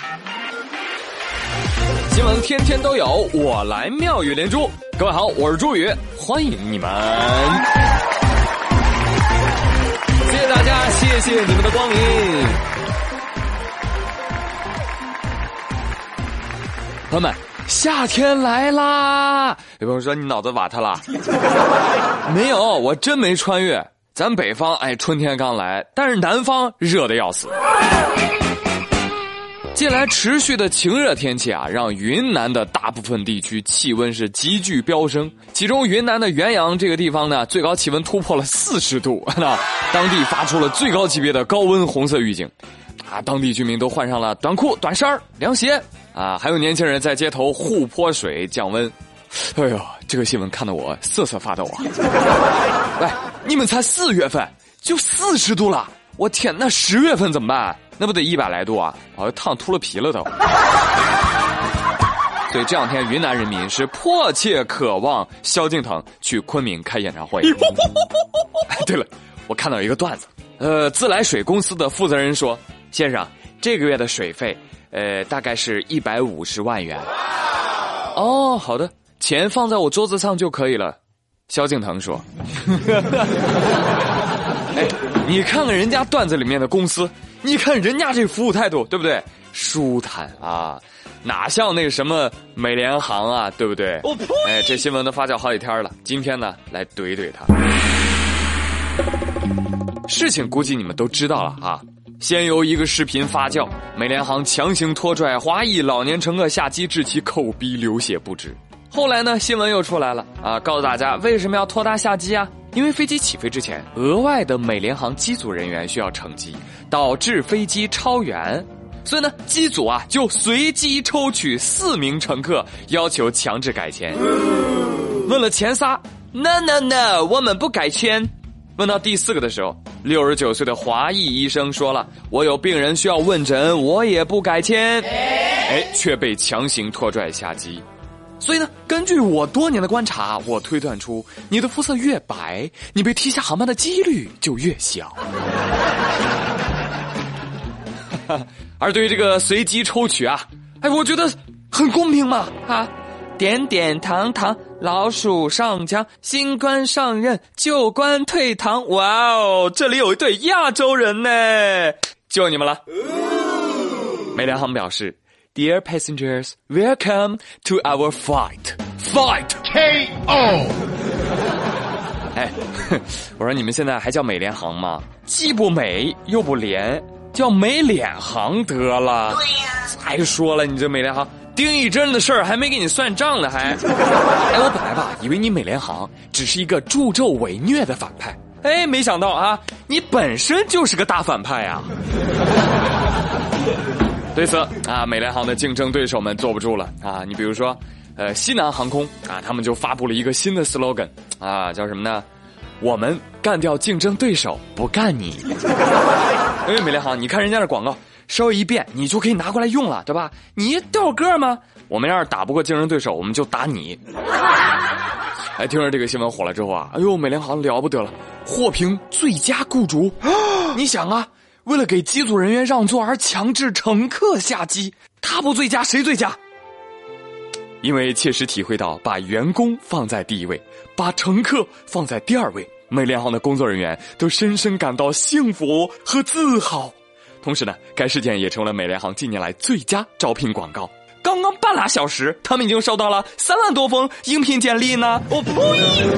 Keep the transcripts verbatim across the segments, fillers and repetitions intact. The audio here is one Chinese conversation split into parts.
新闻天天都有，我来妙语连珠。各位好，我是朱宇，欢迎你们。谢谢大家，谢谢你们的光临。朋友们，夏天来啦！有朋友说你脑子瓦特了？没有，我真没穿越。咱北方哎，春天刚来，但是南方热得要死。近来持续的晴热天气啊，让云南的大部分地区气温是急剧飙升。其中云南的元阳这个地方呢，最高气温突破了四十度，那当地发出了最高级别的高温红色预警。啊，当地居民都换上了短裤、短衫、凉鞋啊，还有年轻人在街头互泼水降温。哎呦，这个新闻看得我瑟瑟发抖啊！喂，你们才四月份就四十度了，我天，那十月份怎么办？那不得一百来度啊！我烫秃了皮了都。所以这两天云南人民是迫切渴望萧敬腾去昆明开演唱会。对了，我看到一个段子，呃，自来水公司的负责人说：“先生，这个月的水费，呃，大概是一百五十万元。”哦，好的，钱放在我桌子上就可以了。萧敬腾说：“哎，你看看人家段子里面的公司。”你看人家这服务态度，对不对？舒坦啊，哪像那个什么美联航啊，对不对？哦、哎，这新闻都发酵好几天了，今天呢来怼怼他。事情估计你们都知道了啊。先由一个视频发酵，美联航强行拖拽华裔老年乘客下机，致其口鼻流血不止。后来呢，新闻又出来了啊，告诉大家为什么要拖他下机啊？因为飞机起飞之前，额外的美联航机组人员需要乘机，导致飞机超员，所以呢，机组啊就随机抽取四名乘客，要求强制改签。问了前仨 ，no no no， 我们不改签。问到第四个的时候，六十九岁的华裔医生说了，我有病人需要问诊，我也不改签，哎，却被强行拖拽下机。所以呢，根据我多年的观察，我推断出你的肤色越白，你被踢下航班的几率就越小。而对于这个随机抽取啊，哎，我觉得很公平嘛啊！点点堂堂，老鼠上墙，新官上任，旧官退堂。哇哦，这里有一对亚洲人呢，就你们了。美联航表示。Dear passengers, welcome to our flight. Flight K O 哎，我说你们现在还叫美联航吗？既不美又不廉，叫美脸航得了。对呀。再说了，你这美联航丁义珍的事儿还没给你算账呢，还。哎，我本来吧，以为你美联航只是一个助纣为虐的反派，哎，没想到啊，你本身就是个大反派啊。对此啊，美联航的竞争对手们坐不住了啊！你比如说，呃，西南航空啊，他们就发布了一个新的 slogan 啊，叫什么呢？我们干掉竞争对手，不干你。因为美联航，你看人家的广告，稍微一变，你就可以拿过来用了，对吧？你掉个吗？我们要是打不过竞争对手，我们就打你。哎，听说这个新闻火了之后啊，哎呦，美联航了不得了，获评最佳雇主。你想啊。为了给机组人员让座而强制乘客下机，他不最佳谁最佳？因为切实体会到把员工放在第一位，把乘客放在第二位，美联航的工作人员都深深感到幸福和自豪。同时呢，该事件也成了美联航近年来最佳招聘广告。刚刚半拉小时，他们已经收到了三万多封应聘简历呢。我呸！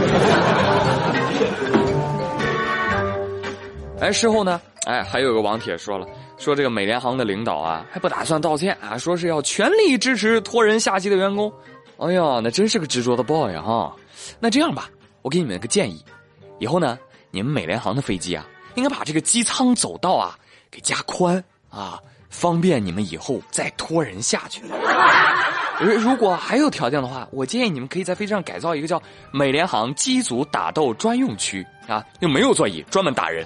哎，事后呢？哎，还有个网帖说了，说这个美联航的领导啊，还不打算道歉啊，说是要全力支持拖人下机的员工。哎呀，那真是个执着的 boy 啊哈！那这样吧，我给你们个建议，以后呢，你们美联航的飞机啊，应该把这个机舱走道啊给加宽啊，方便你们以后再拖人下去。如果还有条件的话，我建议你们可以在飞机上改造一个叫美联航机组打斗专用区啊，就没有座椅，专门打人。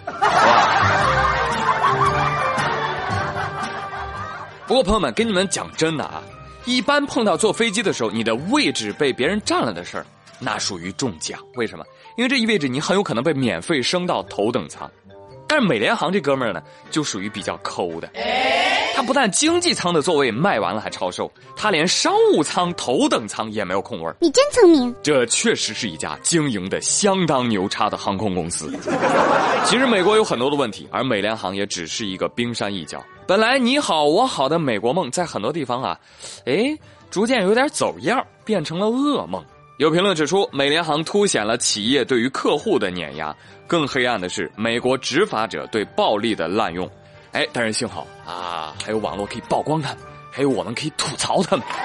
不过朋友们，跟你们讲真的啊，一般碰到坐飞机的时候，你的位置被别人占了的事儿，那属于中奖。为什么？因为这意味着你很有可能被免费升到头等舱。 但是美联航这哥们儿呢，就属于比较抠的。他不但经济舱的座位卖完了还超售，他连商务舱、头等舱也没有空位。 你真聪明。 这确实是一家经营的相当牛叉的航空公司。其实美国有很多的问题，而美联航也只是一个冰山一角。本来你好我好的美国梦，在很多地方啊，哎，逐渐有点走样，变成了噩梦。有评论指出，美联航凸显了企业对于客户的碾压，更黑暗的是美国执法者对暴力的滥用。哎，但是幸好啊，还有网络可以曝光他们，还有我们可以吐槽他们。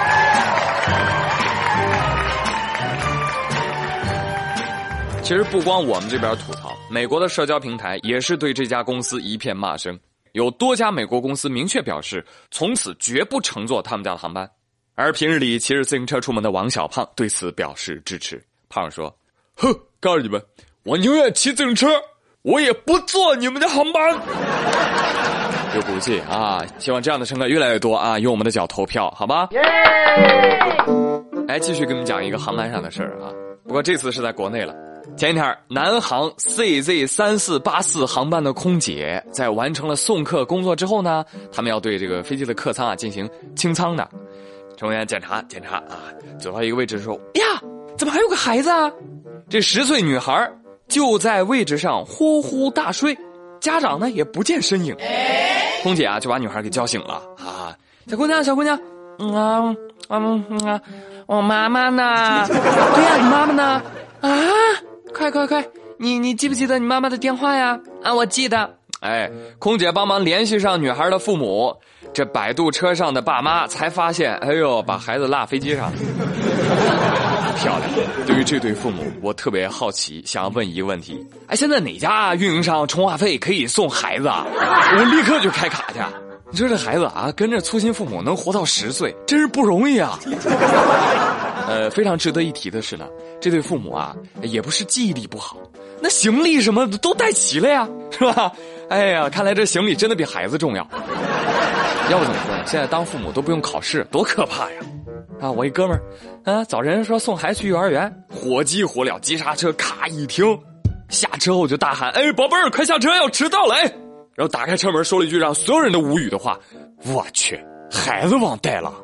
其实不光我们这边吐槽，美国的社交平台也是对这家公司一片骂声。有多家美国公司明确表示，从此绝不乘坐他们家的航班。而平日里骑着自行车出门的王小胖对此表示支持。胖说：“哼，告诉你们，我宁愿骑自行车，我也不坐你们的航班。”有骨气啊！希望这样的乘客越来越多啊，用我们的脚投票，好吧？来，继续跟你们讲一个航班上的事儿啊。不过这次是在国内了。前一天，南航 C Z 三四八四 航班的空姐在完成了送客工作之后呢，他们要对这个飞机的客舱啊进行清仓的。乘务员检查检查啊，走到一个位置说：“呀，怎么还有个孩子啊？”这十岁女孩就在位置上呼呼大睡，家长呢也不见身影。空姐啊就把女孩给叫醒了啊，小姑娘小姑娘，嗯啊嗯嗯啊，我妈妈呢？对呀，你妈妈呢？啊，快快快，你你记不记得你妈妈的电话呀？啊，我记得。哎，空姐帮忙联系上女孩的父母，这摆渡车上的爸妈才发现，哎呦，把孩子落飞机上了。漂亮。对于这对父母，我特别好奇，想要问一个问题：哎，现在哪家运营商充话费可以送孩子啊？我立刻就开卡去。你说这孩子啊，跟着粗心父母能活到十岁，真是不容易啊。呃，非常值得一提的是呢，这对父母啊，也不是记忆力不好，那行李什么都带齐了呀，是吧？哎呀，看来这行李真的比孩子重要。要不怎么说呢？现在当父母都不用考试，多可怕呀！啊，我一哥们儿，啊，早晨说送孩子去幼儿园，火急火燎，急刹车，咔一停，下车后就大喊：“哎，宝贝儿，快下车，要迟到了！”哎，然后打开车门，说了一句让所有人都无语的话：“我去，孩子忘带了。”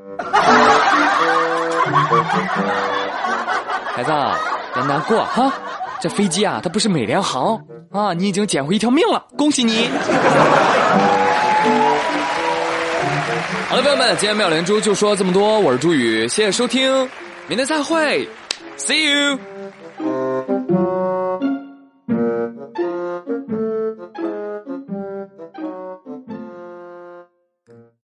孩子啊，别难过哈，这飞机啊，它不是美联航啊，你已经捡回一条命了，恭喜你！好了，朋友们，今天妙连珠就说这么多，我是朱宇，谢谢收听，明天再会 ，See you。